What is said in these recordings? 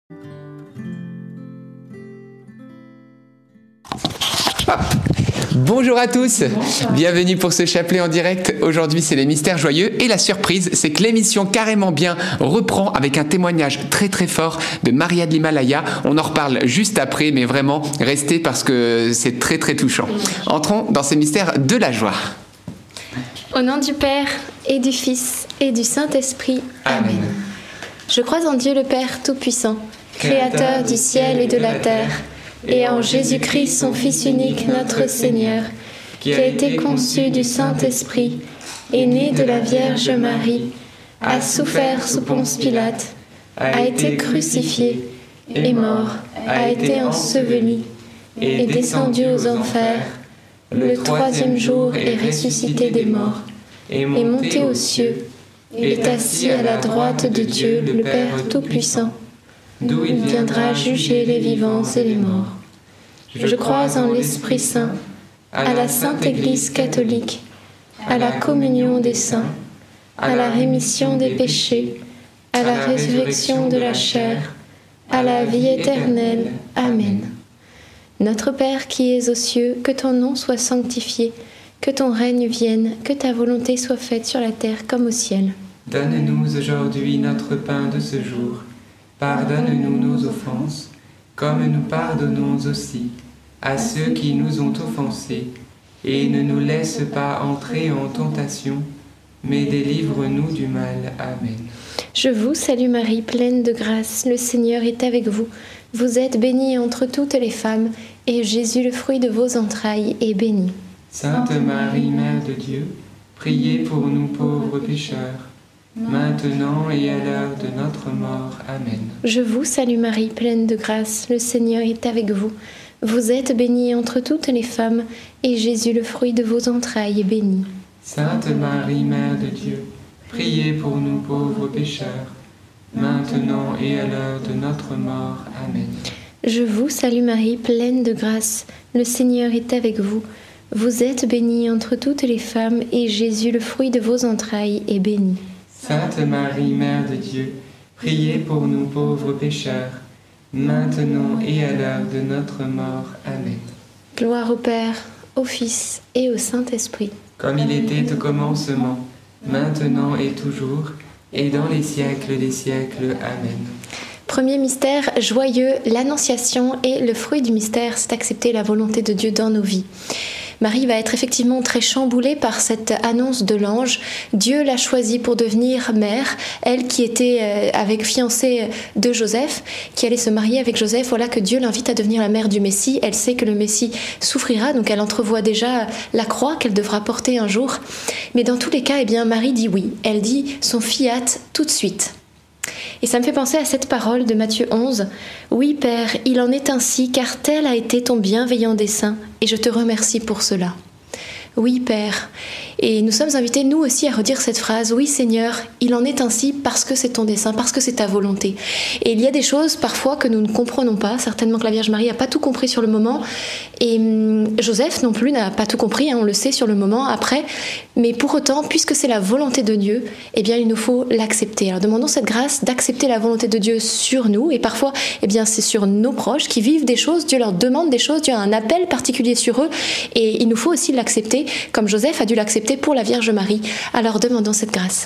Bonjour à tous, bienvenue pour ce chapelet en direct. Aujourd'hui c'est les mystères joyeux et la surprise c'est que l'émission Carrément Bien reprend avec un témoignage très très fort de Maria de l'Himalaya. On en reparle juste après, mais vraiment restez parce que c'est très très touchant. Entrons dans ces mystères de la joie. Au nom du Père et du Fils et du Saint-Esprit. Amen. Je crois en Dieu le Père Tout-Puissant, Créateur du ciel et de la terre, et en Jésus-Christ, son Fils unique, notre Seigneur, qui a été conçu du Saint-Esprit, est né de la Vierge Marie, a souffert sous Ponce Pilate, a été crucifié, est mort, a été enseveli, est descendu aux enfers, le troisième jour est ressuscité des morts, est monté aux cieux, est assis à la droite de Dieu, le Père Tout-Puissant, d'où il viendra juger les vivants et les morts. Je crois en l'Esprit Saint, à la Sainte Église catholique, à la communion des saints, à la rémission des péchés, à la résurrection de la chair, à la vie éternelle. Amen. Notre Père qui es aux cieux, que ton nom soit sanctifié, que ton règne vienne, que ta volonté soit faite sur la terre comme au ciel. Donne-nous aujourd'hui notre pain de ce jour. Pardonne-nous nos offenses, comme nous pardonnons aussi à ceux qui nous ont offensés. Et ne nous laisse pas entrer en tentation, mais délivre-nous du mal. Amen. Je vous salue Marie, pleine de grâce, le Seigneur est avec vous. Vous êtes bénie entre toutes les femmes, et Jésus, le fruit de vos entrailles, est béni. Sainte Marie, Mère de Dieu, priez pour nous pauvres pécheurs, maintenant et à l'heure de notre mort. Amen. Je vous salue Marie, pleine de grâce, le Seigneur est avec vous. Vous êtes bénie entre toutes les femmes, et Jésus, le fruit de vos entrailles, est béni. Sainte Marie, Mère de Dieu, priez pour nous pauvres pécheurs, maintenant et à l'heure de notre mort. Amen. Je vous salue Marie, pleine de grâce, le Seigneur est avec vous. Vous êtes bénie entre toutes les femmes, et Jésus, le fruit de vos entrailles, est béni. Sainte Marie, Mère de Dieu, priez pour nous pauvres pécheurs, maintenant et à l'heure de notre mort. Amen. Gloire au Père, au Fils et au Saint-Esprit. Comme il était au commencement, maintenant et toujours, et dans les siècles des siècles. Amen. Premier mystère joyeux, l'Annonciation, et le fruit du mystère, c'est accepter la volonté de Dieu dans nos vies. Marie va être effectivement très chamboulée par cette annonce de l'ange. Dieu l'a choisie pour devenir mère, elle qui était fiancée de Joseph, qui allait se marier avec Joseph. Voilà que Dieu l'invite à devenir la mère du Messie. Elle sait que le Messie souffrira, donc elle entrevoit déjà la croix qu'elle devra porter un jour. Mais dans tous les cas, Marie dit oui. Elle dit son fiat tout de suite. Et ça me fait penser à cette parole de Matthieu 11. « Oui, Père, il en est ainsi, car tel a été ton bienveillant dessein, et je te remercie pour cela. » Oui, Père. Et nous sommes invités, nous aussi, à redire cette phrase. Oui, Seigneur, il en est ainsi parce que c'est ton dessein, parce que c'est ta volonté. Et il y a des choses, parfois, que nous ne comprenons pas. Certainement que la Vierge Marie n'a pas tout compris sur le moment. Et Joseph, non plus, n'a pas tout compris, on le sait sur le moment, après. Mais pour autant, puisque c'est la volonté de Dieu, il nous faut l'accepter. Alors demandons cette grâce d'accepter la volonté de Dieu sur nous. Et parfois, c'est sur nos proches qui vivent des choses. Dieu leur demande des choses. Dieu a un appel particulier sur eux. Et il nous faut aussi l'accepter, comme Joseph a dû l'accepter pour la Vierge Marie. Alors demandons cette grâce.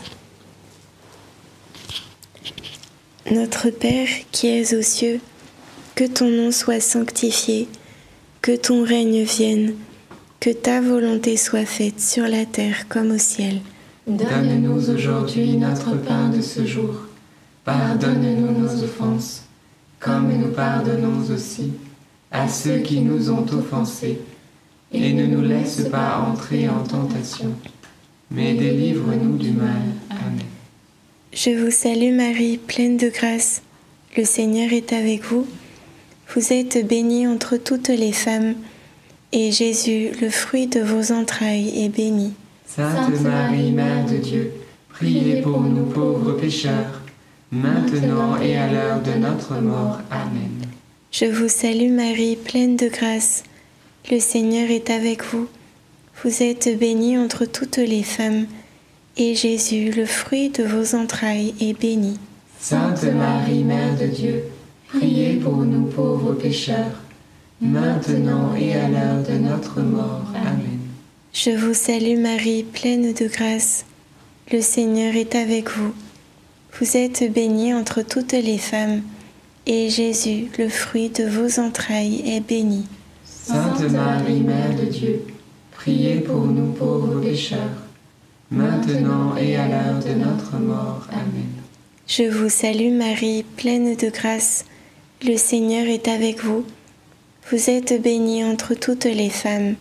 Notre Père qui es aux cieux, que ton nom soit sanctifié, que ton règne vienne, que ta volonté soit faite sur la terre comme au ciel. Donne-nous aujourd'hui notre pain de ce jour. Pardonne-nous nos offenses, comme nous pardonnons aussi à ceux qui nous ont offensés. Et ne nous laisse pas entrer en tentation, mais délivre-nous du mal. Amen. Je vous salue Marie, pleine de grâce. Le Seigneur est avec vous. Vous êtes bénie entre toutes les femmes, et Jésus, le fruit de vos entrailles, est béni. Sainte Marie, Mère de Dieu, priez pour nous pauvres pécheurs, maintenant et à l'heure de notre mort. Amen. Je vous salue Marie, pleine de grâce. Le Seigneur est avec vous. Vous êtes bénie entre toutes les femmes, et Jésus, le fruit de vos entrailles, est béni. Sainte Marie, Mère de Dieu, Priez pour nous pauvres pécheurs, maintenant et à l'heure de notre mort. Amen. Je vous salue Marie, pleine de grâce. Le Seigneur est avec vous. Vous êtes bénie entre toutes les femmes, et Jésus, le fruit de vos entrailles, est béni. Sainte Marie, Mère de Dieu, priez pour nous pauvres pécheurs, maintenant et à l'heure de notre mort. Amen. Je vous salue Marie, pleine de grâce. Le Seigneur est avec vous. Vous êtes bénie entre toutes les femmes,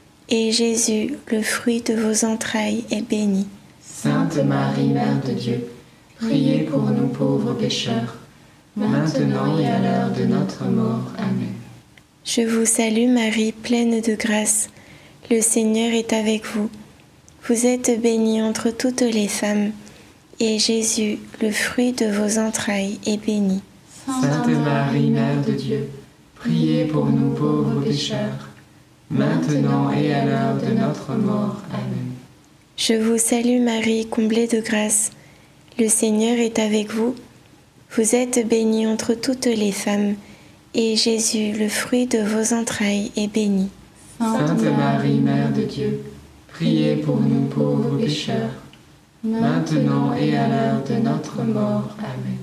et Jésus, le fruit de vos entrailles, est béni. Sainte Marie, Mère de Dieu, priez pour nous pauvres pécheurs, maintenant et à l'heure de notre mort. Amen. Je vous salue Marie, pleine de grâce. Le Seigneur est avec vous. Vous êtes bénie entre toutes les femmes, et Jésus, le fruit de vos entrailles, est béni. Sainte Marie, Mère de Dieu, priez pour nous pauvres pécheurs, maintenant et à l'heure de notre mort. Amen. Je vous salue Marie, comblée de grâce. Le Seigneur est avec vous. Vous êtes bénie entre toutes les femmes, et Jésus, le fruit de vos entrailles, est béni. Sainte Marie, Mère de Dieu, priez pour nous pauvres pécheurs, maintenant et à l'heure de notre mort. Amen.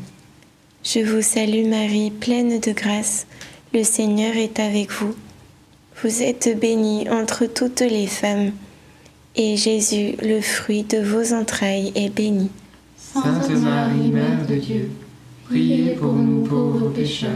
Je vous salue Marie, pleine de grâce. Le Seigneur est avec vous. Vous êtes bénie entre toutes les femmes, et Jésus, le fruit de vos entrailles, est béni. Sainte Marie, Mère de Dieu, priez pour nous pauvres pécheurs,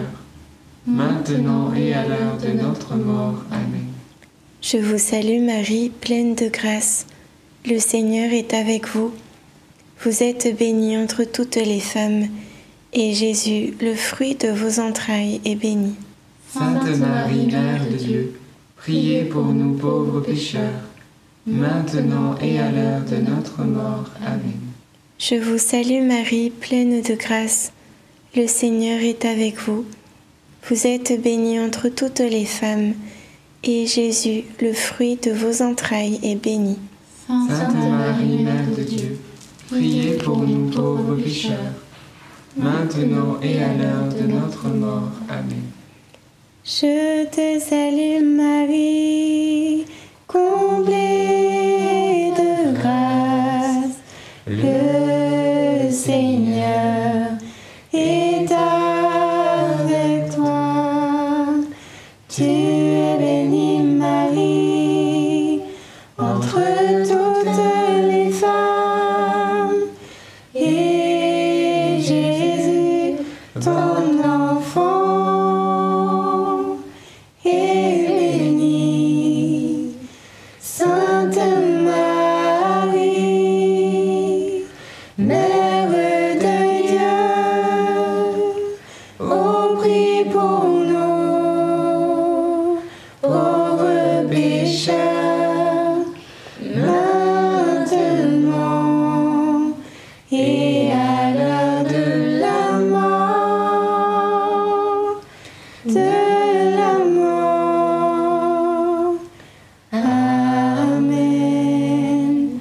maintenant et à l'heure de notre mort. Amen. Je vous salue Marie, pleine de grâce. Le Seigneur est avec vous. Vous êtes bénie entre toutes les femmes, et Jésus, le fruit de vos entrailles, est béni. Sainte Marie, Mère de Dieu, priez pour nous pauvres pécheurs, maintenant et à l'heure de notre mort. Amen. Je vous salue Marie, pleine de grâce. Le Seigneur est avec vous. Vous êtes bénie entre toutes les femmes, et Jésus, le fruit de vos entrailles, est béni. Sainte Marie, Mère de Dieu, priez pour nous pauvres pécheurs, maintenant et à l'heure de notre mort. Amen. Je te salue Marie, comblée de grâce. Le Seigneur est avec toi. Tu es bénie Marie entre toutes les femmes, et Jésus, ton enfant, est béni. Sainte Marie, Mère de Dieu, ô prie pour nous, pauvres pécheurs, maintenant et à l'heure de la mort, Amen.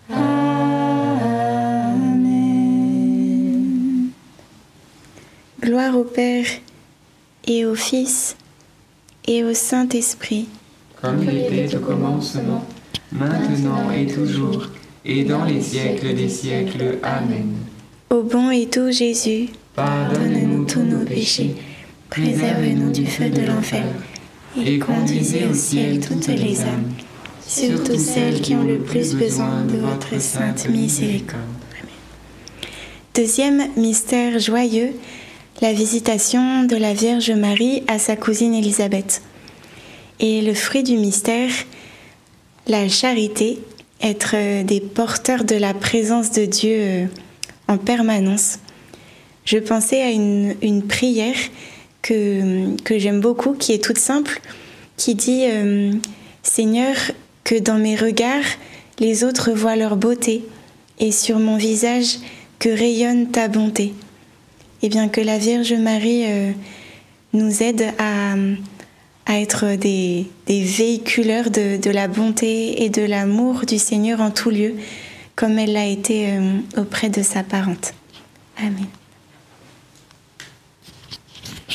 Amen. Gloire au Père et au Fils et au Saint-Esprit, Comme il était au commencement, maintenant et toujours, et dans les siècles des siècles. Amen. Ô bon et doux Jésus, Pardonne-nous tous nos péchés, préserve-nous du feu de l'enfer, et conduisez au ciel toutes les âmes, surtout celles qui ont le plus besoin de votre sainte miséricorde. Deuxième mystère joyeux, la visitation de la Vierge Marie à sa cousine Élisabeth. Et le fruit du mystère, la charité, être des porteurs de la présence de Dieu en permanence. Je pensais à une prière que j'aime beaucoup, qui est toute simple, qui dit « Seigneur, que dans mes regards, les autres voient leur beauté, et sur mon visage, que rayonne ta bonté. » Et bien que la Vierge Marie nous aide à être des véhiculeurs de la bonté et de l'amour du Seigneur en tout lieu, comme elle l'a été auprès de sa parente. Amen.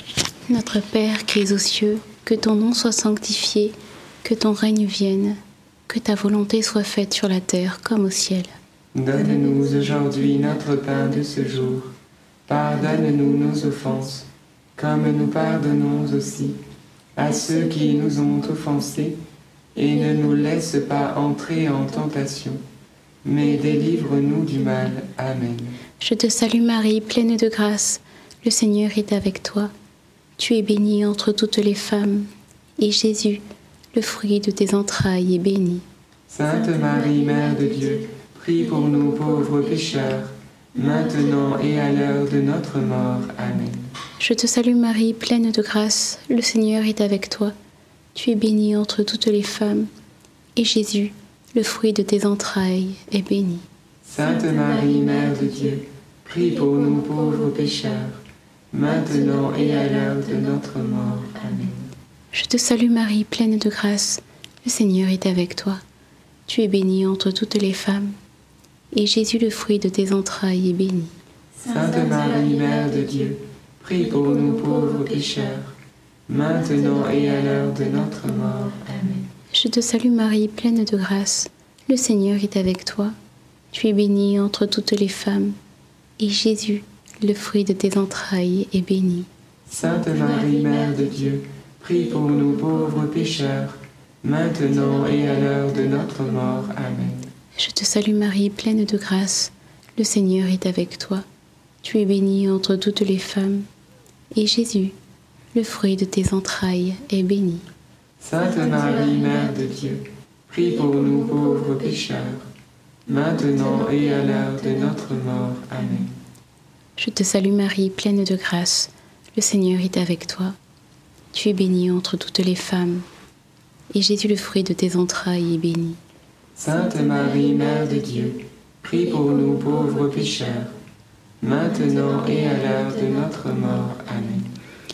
Notre Père qui es aux cieux, que ton nom soit sanctifié, que ton règne vienne, que ta volonté soit faite sur la terre comme au ciel. Donne-nous aujourd'hui notre pain de ce jour. Pardonne-nous nos offenses, comme nous pardonnons aussi à ceux qui nous ont offensés, et ne nous laisse pas entrer en tentation, mais délivre-nous du mal. Amen. Je te salue Marie, pleine de grâce, le Seigneur est avec toi. Tu es bénie entre toutes les femmes, et Jésus, le fruit de tes entrailles, est béni. Sainte Marie, Mère de Dieu, prie pour nous pauvres pécheurs, maintenant et à l'heure de notre mort. Amen. Je te salue Marie, pleine de grâce, le Seigneur est avec toi. Tu es bénie entre toutes les femmes, et Jésus, le fruit de tes entrailles, est béni. Sainte Marie, Mère de Dieu, prie pour nous pauvres pécheurs, maintenant et à l'heure de notre mort. Amen. Je te salue Marie, pleine de grâce, le Seigneur est avec toi. Tu es bénie entre toutes les femmes, et Jésus, le fruit de tes entrailles, est béni. Sainte Marie, Mère de Dieu, prie pour nous pauvres pécheurs, maintenant et à l'heure de notre mort. Amen. Je te salue Marie, pleine de grâce, le Seigneur est avec toi. Tu es bénie entre toutes les femmes, et Jésus, le fruit de tes entrailles, est béni. Sainte Marie, Mère de Dieu, prie pour nous pauvres pécheurs, maintenant et à l'heure de notre mort. Amen. Je te salue Marie, pleine de grâce, le Seigneur est avec toi. Tu es bénie entre toutes les femmes, et Jésus, le fruit de tes entrailles, est béni. Sainte Marie, Mère de Dieu, prie pour nous pauvres pécheurs, maintenant et à l'heure de notre mort. Amen. Je te salue Marie, pleine de grâce, le Seigneur est avec toi. Tu es bénie entre toutes les femmes, et Jésus, le fruit de tes entrailles, est béni. Sainte Marie, Mère de Dieu, prie pour nous pauvres pécheurs, maintenant et à l'heure de notre mort. Amen.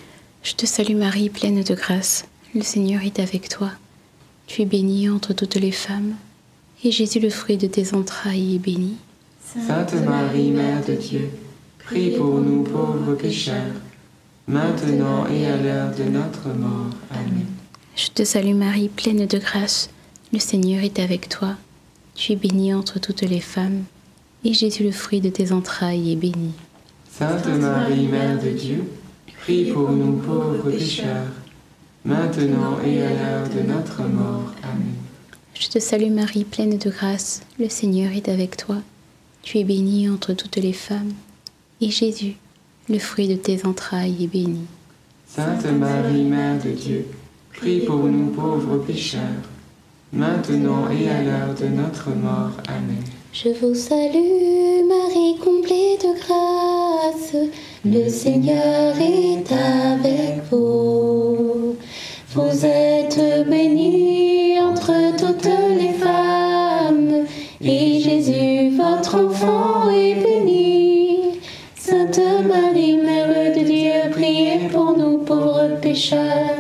Je te salue Marie, pleine de grâce, le Seigneur est avec toi. Tu es bénie entre toutes les femmes, et Jésus, le fruit de tes entrailles, est béni. Sainte Marie, Mère de Dieu, prie pour nous pauvres pécheurs, maintenant et à l'heure de notre mort. Amen. Je te salue Marie, pleine de grâce, le Seigneur est avec toi. Tu es bénie entre toutes les femmes, et Jésus, le fruit de tes entrailles, est béni. Sainte Marie, Mère de Dieu, prie pour nous pauvres pécheurs, maintenant et à l'heure de notre mort. Amen. Je te salue Marie, pleine de grâce, le Seigneur est avec toi. Tu es bénie entre toutes les femmes, et Jésus, le fruit de tes entrailles, est béni. Sainte Marie, Mère de Dieu, prie pour nous pauvres pécheurs, maintenant et à l'heure de notre mort. Amen. Je vous salue, Marie, comblée de grâce, le Seigneur est avec vous. Vous êtes bénie entre toutes les femmes, et Jésus, votre enfant, est béni. Sainte Marie, Mère de Dieu, priez pour nous pauvres pécheurs,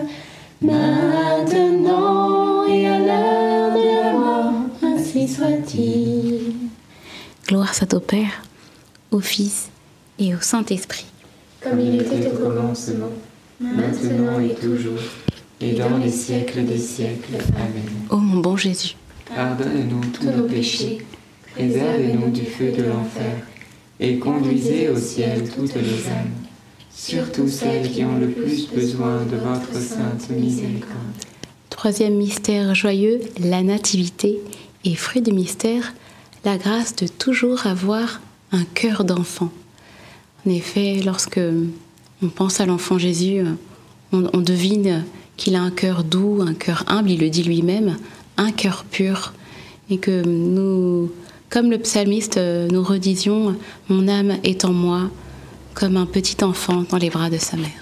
maintenant et à l'heure de la mort, ainsi soit-il. Gloire soit au Père, au Fils et au Saint-Esprit. Comme il était au commencement, Maintenant et toujours, et dans les siècles des siècles. Amen. Ô mon bon Jésus, Pardonne-nous tous nos péchés, préservez-nous du feu de l'enfer, et conduisez au ciel toutes les âmes, surtout celles qui ont le plus besoin de votre sainte miséricorde. troisième mystère joyeux, la Nativité, et fruit du mystère, la grâce de toujours avoir un cœur d'enfant. En effet, lorsque on pense à l'enfant Jésus, on devine qu'il a un cœur doux, un cœur humble, il le dit lui-même, un cœur pur, et que nous, comme le psalmiste, nous redisions « Mon âme est en moi, comme un petit enfant dans les bras de sa mère ».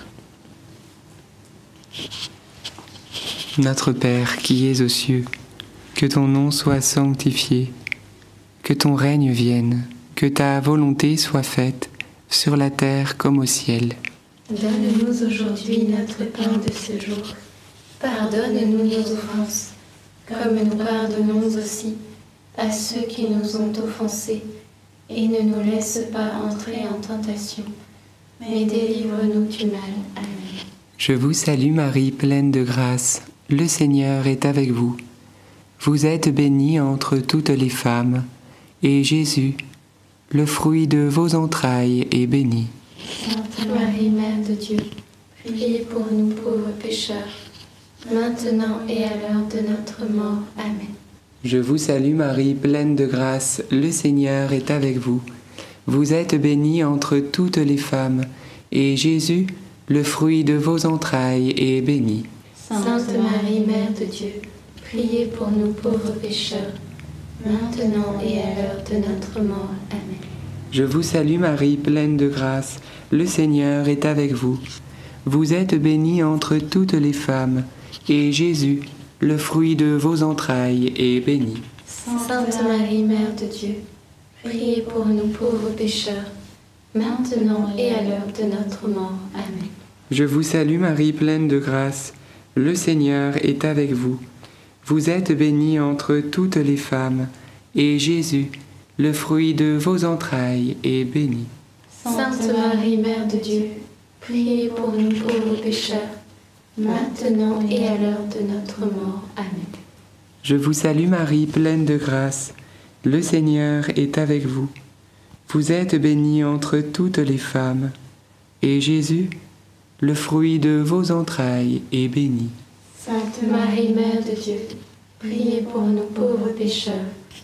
Notre Père qui es aux cieux, que ton nom soit sanctifié, que ton règne vienne, que ta volonté soit faite, sur la terre comme au ciel. Donne-nous aujourd'hui notre pain de ce jour. Pardonne-nous nos offenses, comme nous pardonnons aussi à ceux qui nous ont offensés. Et ne nous laisse pas entrer en tentation, mais délivre-nous du mal. Amen. Je vous salue Marie, pleine de grâce, le Seigneur est avec vous. Vous êtes bénie entre toutes les femmes, et Jésus, le fruit de vos entrailles, est béni. Sainte Marie, Mère de Dieu, priez pour nous pauvres pécheurs, maintenant et à l'heure de notre mort. Amen. Je vous salue Marie, pleine de grâce, le Seigneur est avec vous. Vous êtes bénie entre toutes les femmes, et Jésus, le fruit de vos entrailles, est béni. Sainte Marie, Mère de Dieu, priez pour nous pauvres pécheurs, maintenant et à l'heure de notre mort. Amen. Je vous salue Marie, pleine de grâce, le Seigneur est avec vous. Vous êtes bénie entre toutes les femmes, et Jésus, le fruit de vos entrailles, est béni. Sainte Marie, Mère de Dieu, priez pour nous pauvres pécheurs, maintenant et à l'heure de notre mort. Amen. Je vous salue Marie, pleine de grâce, le Seigneur est avec vous. Vous êtes bénie entre toutes les femmes, et Jésus, le fruit de vos entrailles, est béni. Sainte Marie, Mère de Dieu, priez pour nous pauvres pécheurs, maintenant et à l'heure de notre mort. Amen. Je vous salue Marie, pleine de grâce, le Seigneur est avec vous. Vous êtes bénie entre toutes les femmes, et Jésus, le fruit de vos entrailles, est béni. Sainte Marie, Mère de Dieu, priez pour nous pauvres pécheurs,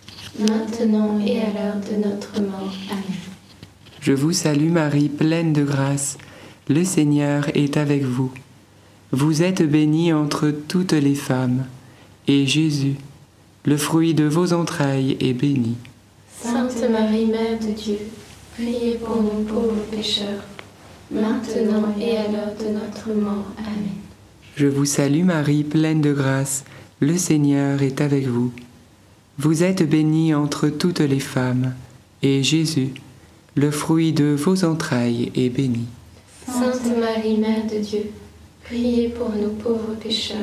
maintenant et à l'heure de notre mort. Amen. Je vous salue Marie, pleine de grâce, le Seigneur est avec vous. Vous êtes bénie entre toutes les femmes, et Jésus, le fruit de vos entrailles, est béni. Sainte Marie, Mère de Dieu, priez pour nous pauvres pécheurs, maintenant et à l'heure de notre mort. Amen. Je vous salue Marie, pleine de grâce, le Seigneur est avec vous. Vous êtes bénie entre toutes les femmes, et Jésus, le fruit de vos entrailles, est béni. Sainte Marie, Mère de Dieu, priez pour nous pauvres pécheurs,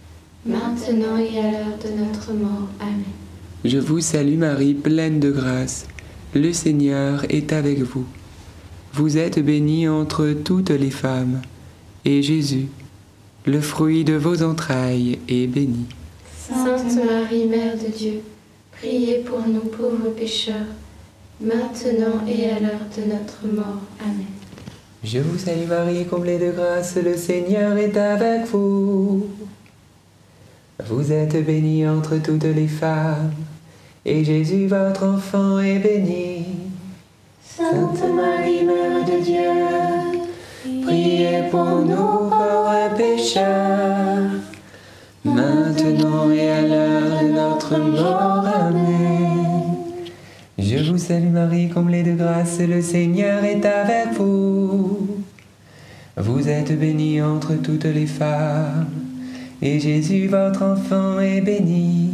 maintenant et à l'heure de notre mort. Amen. Je vous salue Marie, pleine de grâce, le Seigneur est avec vous. Vous êtes bénie entre toutes les femmes, et Jésus, le fruit de vos entrailles, est béni. Sainte Marie, Mère de Dieu, priez pour nous pauvres pécheurs, maintenant et à l'heure de notre mort. Amen. Je vous salue Marie, comblée de grâce, le Seigneur est avec vous. Vous êtes bénie entre toutes les femmes, et Jésus, votre enfant, est béni. Sainte Marie, Mère de Dieu, priez pour nous pauvres pécheurs, maintenant et à l'heure de notre mort. Amen. Je vous salue Marie, comblée de grâce, le Seigneur est avec vous. Vous êtes bénie entre toutes les femmes, et Jésus, votre enfant, est béni.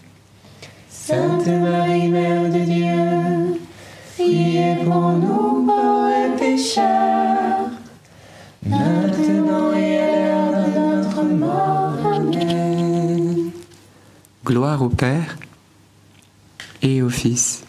Sainte Marie, Mère de Dieu, priez pour nous pauvres pécheurs, maintenant et à l'heure de notre mort. Amen. Gloire au Père, et au Fils,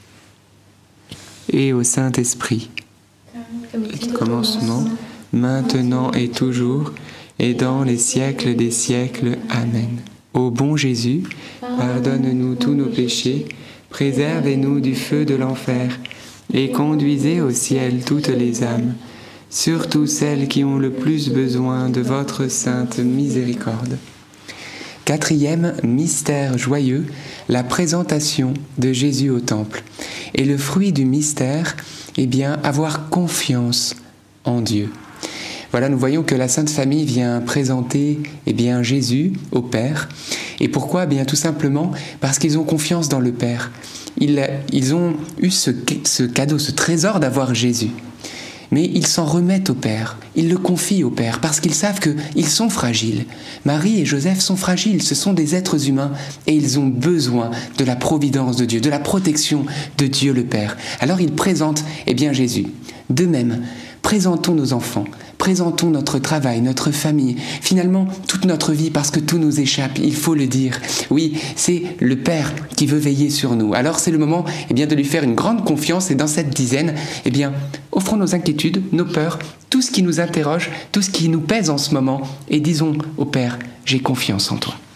et au Saint-Esprit, au commencement, maintenant et toujours, et dans les siècles des siècles. Amen. Ô bon Jésus, pardonne-nous tous nos péchés, préservez-nous du feu de l'enfer, et conduisez au ciel toutes les âmes, surtout celles qui ont le plus besoin de votre sainte miséricorde. Quatrième mystère joyeux, la présentation de Jésus au temple. Et le fruit du mystère, eh bien, avoir confiance en Dieu. Voilà, nous voyons que la Sainte Famille vient présenter Jésus au Père. Et pourquoi ? Eh bien, tout simplement parce qu'ils ont confiance dans le Père. Ils ont eu ce cadeau, ce trésor d'avoir Jésus. Mais ils s'en remettent au Père, ils le confient au Père, parce qu'ils savent qu'ils sont fragiles. Marie et Joseph sont fragiles, ce sont des êtres humains, et ils ont besoin de la providence de Dieu, de la protection de Dieu le Père. Alors ils présentent Jésus. De même, présentons nos enfants, Présentons notre travail, notre famille, finalement toute notre vie parce que tout nous échappe, il faut le dire. Oui, c'est le Père qui veut veiller sur nous. Alors c'est le moment de lui faire une grande confiance et dans cette dizaine, offrons nos inquiétudes, nos peurs, tout ce qui nous interroge, tout ce qui nous pèse en ce moment et disons au Père, j'ai confiance en toi.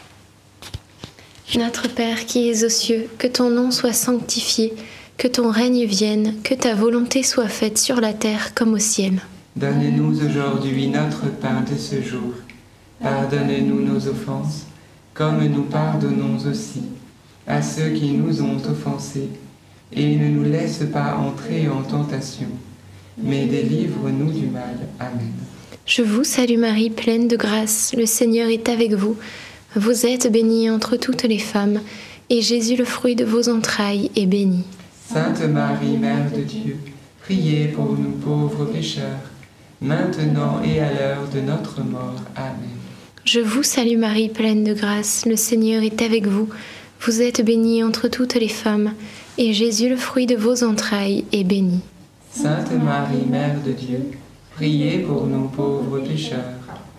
Notre Père qui es aux cieux, que ton nom soit sanctifié, que ton règne vienne, que ta volonté soit faite sur la terre comme au ciel. Donne-nous aujourd'hui notre pain de ce jour. Pardonne-nous nos offenses, comme nous pardonnons aussi à ceux qui nous ont offensés. Et ne nous laisse pas entrer en tentation, mais délivre-nous du mal. Amen. Je vous salue Marie, pleine de grâce, le Seigneur est avec vous. Vous êtes bénie entre toutes les femmes, et Jésus, le fruit de vos entrailles, est béni. Sainte Marie, Mère de Dieu, priez pour nous pauvres pécheurs, maintenant et à l'heure de notre mort. Amen. Je vous salue Marie, pleine de grâce, le Seigneur est avec vous. Vous êtes bénie entre toutes les femmes, et Jésus, le fruit de vos entrailles, est béni. Sainte Marie, Mère de Dieu, priez pour nous pauvres pécheurs,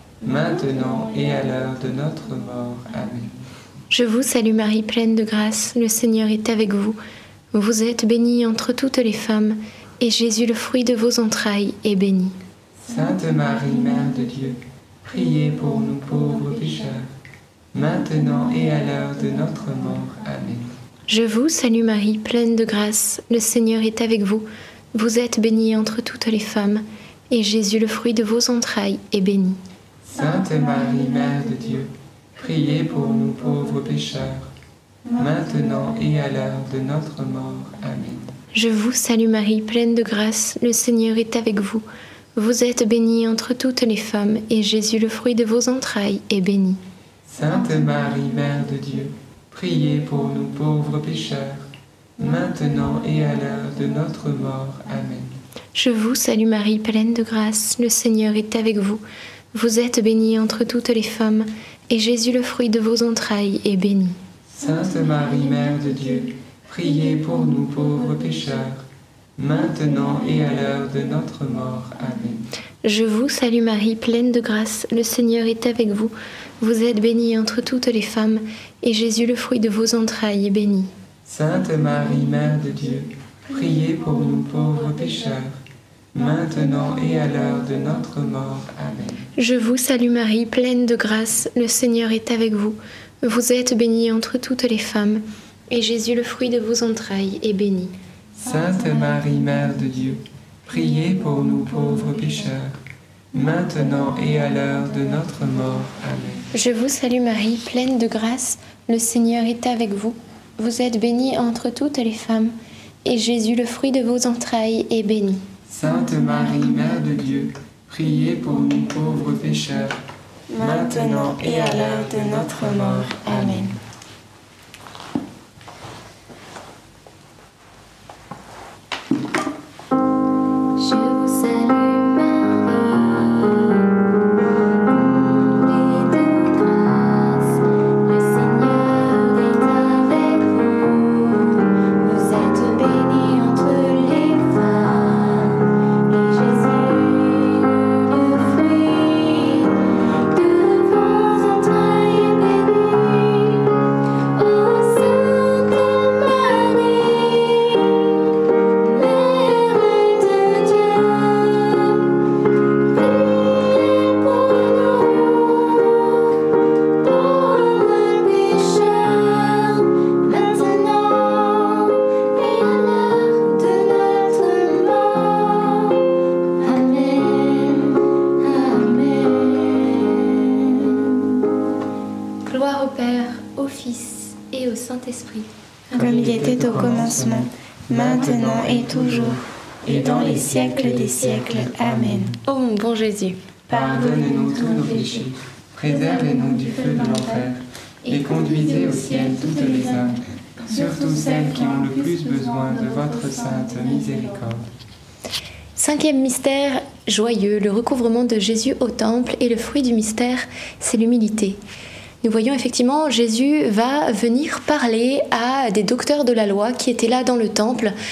maintenant et à l'heure de notre mort. Amen. Je vous salue Marie, pleine de grâce, le Seigneur est avec vous. Vous êtes bénie entre toutes les femmes, et Jésus, le fruit de vos entrailles, est béni. Sainte Marie, Mère de Dieu, priez pour nous pauvres pécheurs, maintenant et à l'heure de notre mort. Amen. Je vous salue Marie, pleine de grâce, le Seigneur est avec vous. Vous êtes bénie entre toutes les femmes, et Jésus, le fruit de vos entrailles, est béni. Sainte Marie, Mère de Dieu, priez pour nous pauvres pécheurs, maintenant et à l'heure de notre mort. Amen. Je vous salue Marie, pleine de grâce, le Seigneur est avec vous. Vous êtes bénie entre toutes les femmes, et Jésus, le fruit de vos entrailles, est béni. Sainte Marie, Mère de Dieu, priez pour nous pauvres pécheurs, maintenant et à l'heure de notre mort. Amen. Je vous salue Marie, pleine de grâce, le Seigneur est avec vous. Vous êtes bénie entre toutes les femmes, et Jésus, le fruit de vos entrailles, est béni. Sainte Marie, Mère de Dieu, priez pour nous pauvres pécheurs, maintenant et à l'heure de notre mort. Amen. Je vous salue Marie, pleine de grâce, le Seigneur est avec vous. Vous êtes bénie entre toutes les femmes, et Jésus, le fruit de vos entrailles, est béni. Sainte Marie, Mère de Dieu, priez pour nous pauvres pécheurs, maintenant et à l'heure de notre mort. Amen. Je vous salue Marie, pleine de grâce, le Seigneur est avec vous. Vous êtes bénie entre toutes les femmes, et Jésus, le fruit de vos entrailles, est béni. Sainte Marie, Mère de Dieu, priez pour nous pauvres pécheurs, maintenant et à l'heure de notre mort. Amen. Je vous salue Marie, pleine de grâce, le Seigneur est avec vous. Vous êtes bénie entre toutes les femmes, et Jésus, le fruit de vos entrailles, est béni. Sainte Marie, Mère de Dieu, priez pour nous pauvres pécheurs, maintenant et à l'heure de notre mort. Amen. Saint-Esprit, comme il était au commencement, maintenant et toujours, et dans les siècles des siècles. Amen. Ô mon bon Jésus, pardonnez-nous tous nos péchés, préservez-nous du feu de l'enfer, et conduisez au ciel toutes les âmes, surtout celles qui ont le plus besoin de votre sainte miséricorde. Cinquième mystère joyeux, le recouvrement de Jésus au temple, et le fruit du mystère, c'est l'humilité. Nous voyons effectivement Jésus va venir parler à des docteurs de la loi qui étaient là dans le temple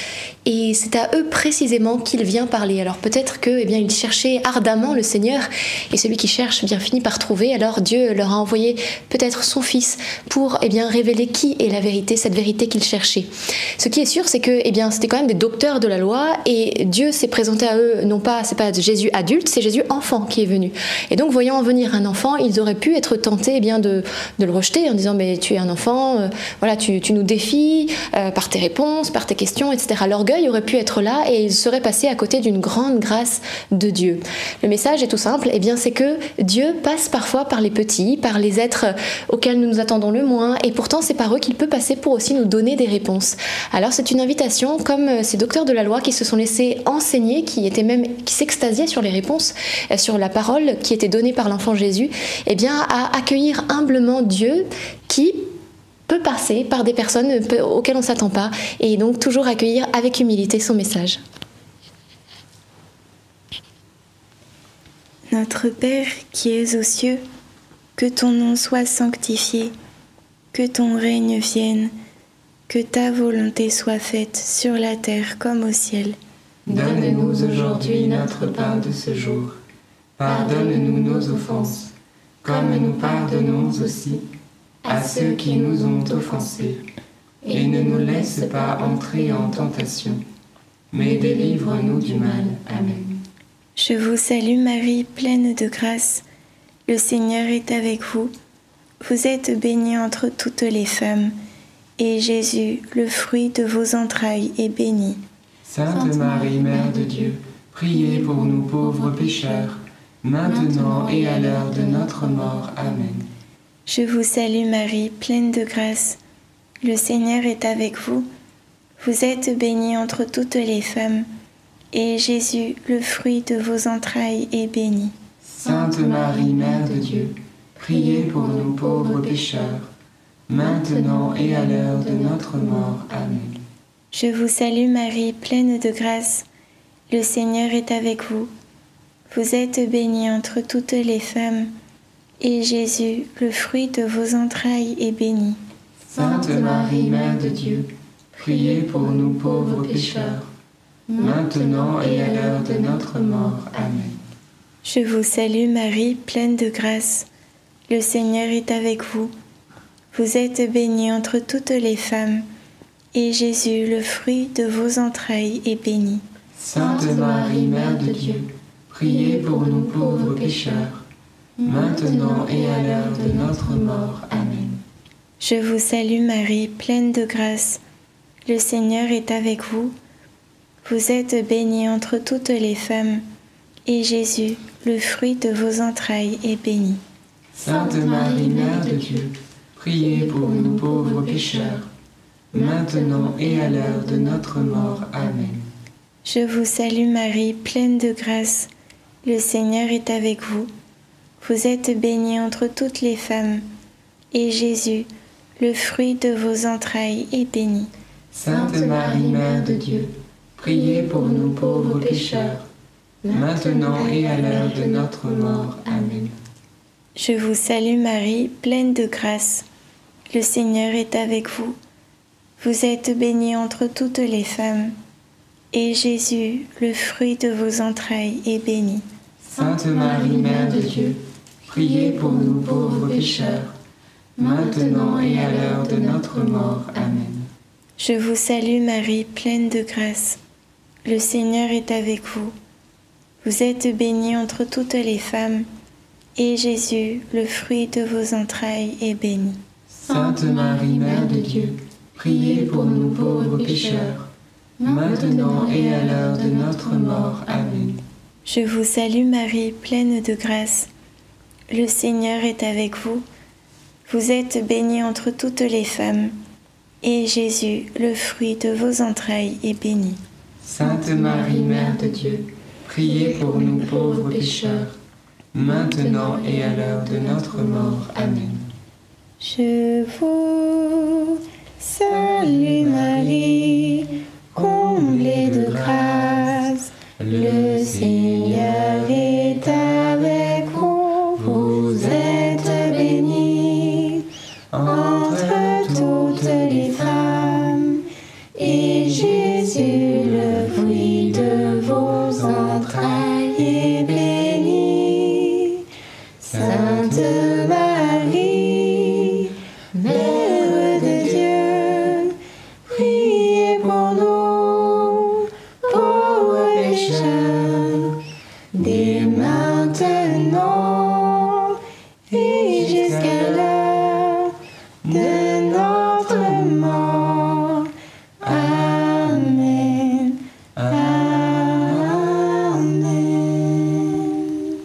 et c'est à eux précisément qu'il vient parler. Alors peut-être que, il cherchait ardemment le Seigneur, et celui qui cherche finit par trouver. Alors Dieu leur a envoyé peut-être son Fils pour révéler qui est la vérité, cette vérité qu'il cherchait. Ce qui est sûr, c'est que c'était quand même des docteurs de la loi, et Dieu s'est présenté à eux, non pas, c'est pas Jésus adulte, c'est Jésus enfant qui est venu. Et donc voyant venir un enfant, ils auraient pu être tentés de le rejeter en disant mais tu es un enfant, tu nous défies par tes réponses, par tes questions, etc. L'orgueil aurait pu être là et ils seraient passés à côté d'une grande grâce de Dieu. Le message est tout simple, c'est que Dieu passe parfois par les petits, par les êtres auxquels nous nous attendons le moins, et pourtant c'est par eux qu'il peut passer pour aussi nous donner des réponses. Alors c'est une invitation, comme ces docteurs de la loi qui se sont laissés enseigner, qui s'extasiaient sur les réponses, sur la parole qui était donnée par l'enfant Jésus, à accueillir humblement Dieu qui peut passer par des personnes auxquelles on ne s'attend pas, et donc toujours accueillir avec humilité son message. Notre Père qui es aux cieux, que ton nom soit sanctifié, que ton règne vienne, que ta volonté soit faite sur la terre comme au ciel. Donne-nous aujourd'hui notre pain de ce jour. Pardonne-nous nos offenses, comme nous pardonnons aussi à ceux qui nous ont offensés. Et ne nous laisse pas entrer en tentation, mais délivre-nous du mal. Amen. Je vous salue Marie, pleine de grâce. Le Seigneur est avec vous. Vous êtes bénie entre toutes les femmes, et Jésus, le fruit de vos entrailles, est béni. Sainte Marie, Mère de Dieu, priez pour nous pauvres pécheurs, maintenant et à l'heure de notre mort. Amen. Je vous salue Marie, pleine de grâce. Le Seigneur est avec vous. Vous êtes bénie entre toutes les femmes, et Jésus, le fruit de vos entrailles, est béni. Sainte Marie, Mère de Dieu, priez pour nous pauvres pécheurs, maintenant et à l'heure de notre mort. Amen. Je vous salue Marie, pleine de grâce. Le Seigneur est avec vous. Vous êtes bénie entre toutes les femmes, et Jésus, le fruit de vos entrailles, est béni. Sainte Marie, Mère de Dieu, priez pour nous pauvres pécheurs, maintenant et à l'heure de notre mort. Amen. Je vous salue Marie, pleine de grâce. Le Seigneur est avec vous. Vous êtes bénie entre toutes les femmes, et Jésus, le fruit de vos entrailles, est béni. Sainte Marie, Mère de Dieu, priez pour nous pauvres pécheurs, maintenant et à l'heure de notre mort. Amen. Je vous salue Marie, pleine de grâce. Le Seigneur est avec vous. Vous êtes bénie entre toutes les femmes, et Jésus, le fruit de vos entrailles, est béni. Sainte Marie, Mère de Dieu, priez pour nous pauvres pécheurs, maintenant et à l'heure de notre mort. Amen. Je vous salue Marie, pleine de grâce. Le Seigneur est avec vous. Vous êtes bénie entre toutes les femmes, et Jésus, le fruit de vos entrailles, est béni. Sainte Marie, Mère de Dieu, priez pour nous pauvres pécheurs, maintenant et à l'heure de notre mort. Amen. Je vous salue Marie, pleine de grâce. Le Seigneur est avec vous. Vous êtes bénie entre toutes les femmes, et Jésus, le fruit de vos entrailles, est béni. Sainte Marie, Mère de Dieu, priez pour nous pauvres pécheurs, maintenant et à l'heure de notre mort. Amen. Je vous salue Marie, pleine de grâce. Le Seigneur est avec vous. Vous êtes bénie entre toutes les femmes, et Jésus, le fruit de vos entrailles, est béni. Sainte Marie, Mère de Dieu, priez pour nous pauvres pécheurs, maintenant et à l'heure de notre mort. Amen. Je vous salue Marie, pleine de grâce. Le Seigneur est avec vous. Vous êtes bénie entre toutes les femmes, et Jésus, le fruit de vos entrailles, est béni. Sainte Marie, Mère de Dieu, priez pour nous pauvres pécheurs, maintenant et à l'heure de notre mort. Amen. Je vous salue Marie, comblée de grâce, le Seigneur est avec vous. Vous êtes bénie entre toutes les femmes, et Jésus, le Sainte Marie, Mère de Dieu, priez pour nous, pauvres pécheurs, dès maintenant et jusqu'à l'heure de notre mort. Amen. Amen.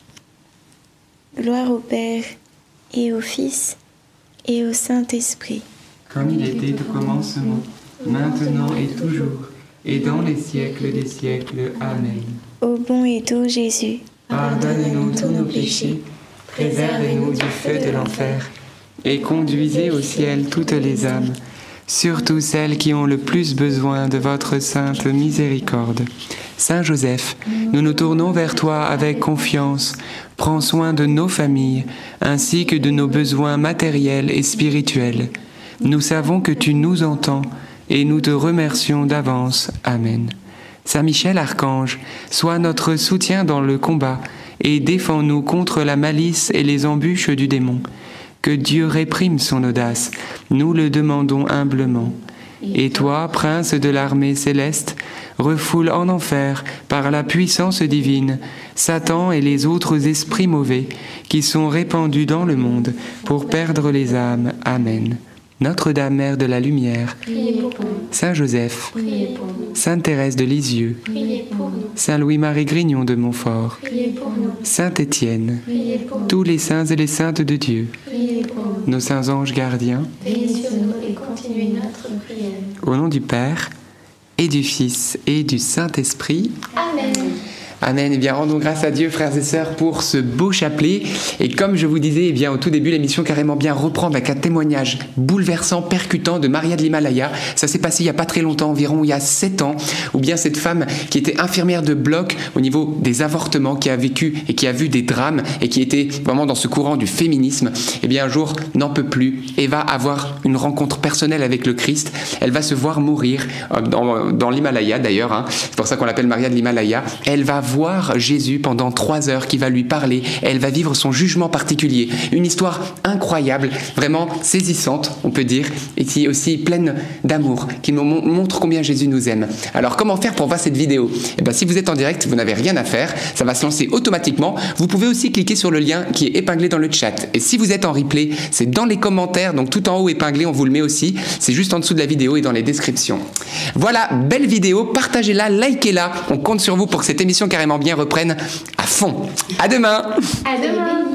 Gloire au Père et au Fils et au Saint-Esprit. Comme il était au commencement, maintenant et toujours, et dans les siècles des siècles. Amen. Ô bon et doux Jésus, Pardonne-nous tous nos péchés, préservez-nous du feu de l'enfer, et conduisez au ciel toutes les âmes, surtout celles qui ont le plus besoin de votre sainte miséricorde. Saint Joseph, nous nous tournons vers toi avec confiance. Prends soin de nos familles, ainsi que de nos besoins matériels et spirituels. Nous savons que tu nous entends, et nous te remercions d'avance. Amen. Saint Michel Archange, sois notre soutien dans le combat, et défends-nous contre la malice et les embûches du démon. Que Dieu réprime son audace, nous le demandons humblement. Et toi, prince de l'armée céleste, refoule en enfer, par la puissance divine, Satan et les autres esprits mauvais qui sont répandus dans le monde pour perdre les âmes. Amen. Notre-Dame, Mère de la Lumière, Priez pour nous. Saint Joseph, Priez pour nous. Sainte Thérèse de Lisieux, Priez pour nous. Saint Louis-Marie Grignon de Montfort, Priez pour nous. Saint Étienne, Priez pour nous. tous les saints et les saintes de Dieu, Priez pour nous. nos saints anges gardiens, Veillez sur nous et continuez notre prière. au nom du Père, et du Fils, et du Saint-Esprit. Amen. Amen. Eh bien, rendons grâce à Dieu, frères et sœurs, pour ce beau chapelet. Et comme je vous disais, eh bien, au tout début, l'émission Carrément Bien reprend avec un témoignage bouleversant, percutant de Maria de l'Himalaya. Ça s'est passé il n'y a pas très longtemps, environ il y a 7 ans, ou bien cette femme qui était infirmière de bloc au niveau des avortements, qui a vécu et qui a vu des drames et qui était vraiment dans ce courant du féminisme, eh bien, un jour, n'en peut plus et va avoir une rencontre personnelle avec le Christ. Elle va se voir mourir dans l'Himalaya d'ailleurs, hein. C'est pour ça qu'on l'appelle Maria de l'Himalaya. Elle va voir Jésus pendant 3 heures qui va lui parler. Elle va vivre son jugement particulier. Une histoire incroyable, vraiment saisissante, on peut dire, et qui est aussi pleine d'amour, qui nous montre combien Jésus nous aime. Alors, comment faire pour voir cette vidéo ? Eh bien, si vous êtes en direct, vous n'avez rien à faire. Ça va se lancer automatiquement. Vous pouvez aussi cliquer sur le lien qui est épinglé dans le chat. Et si vous êtes en replay, c'est dans les commentaires, donc tout en haut épinglé, on vous le met aussi. C'est juste en dessous de la vidéo et dans les descriptions. Voilà, belle vidéo. Partagez-la, likez-la. On compte sur vous pour que cette émission Carrément Bien reprenne à fond. À demain. À demain.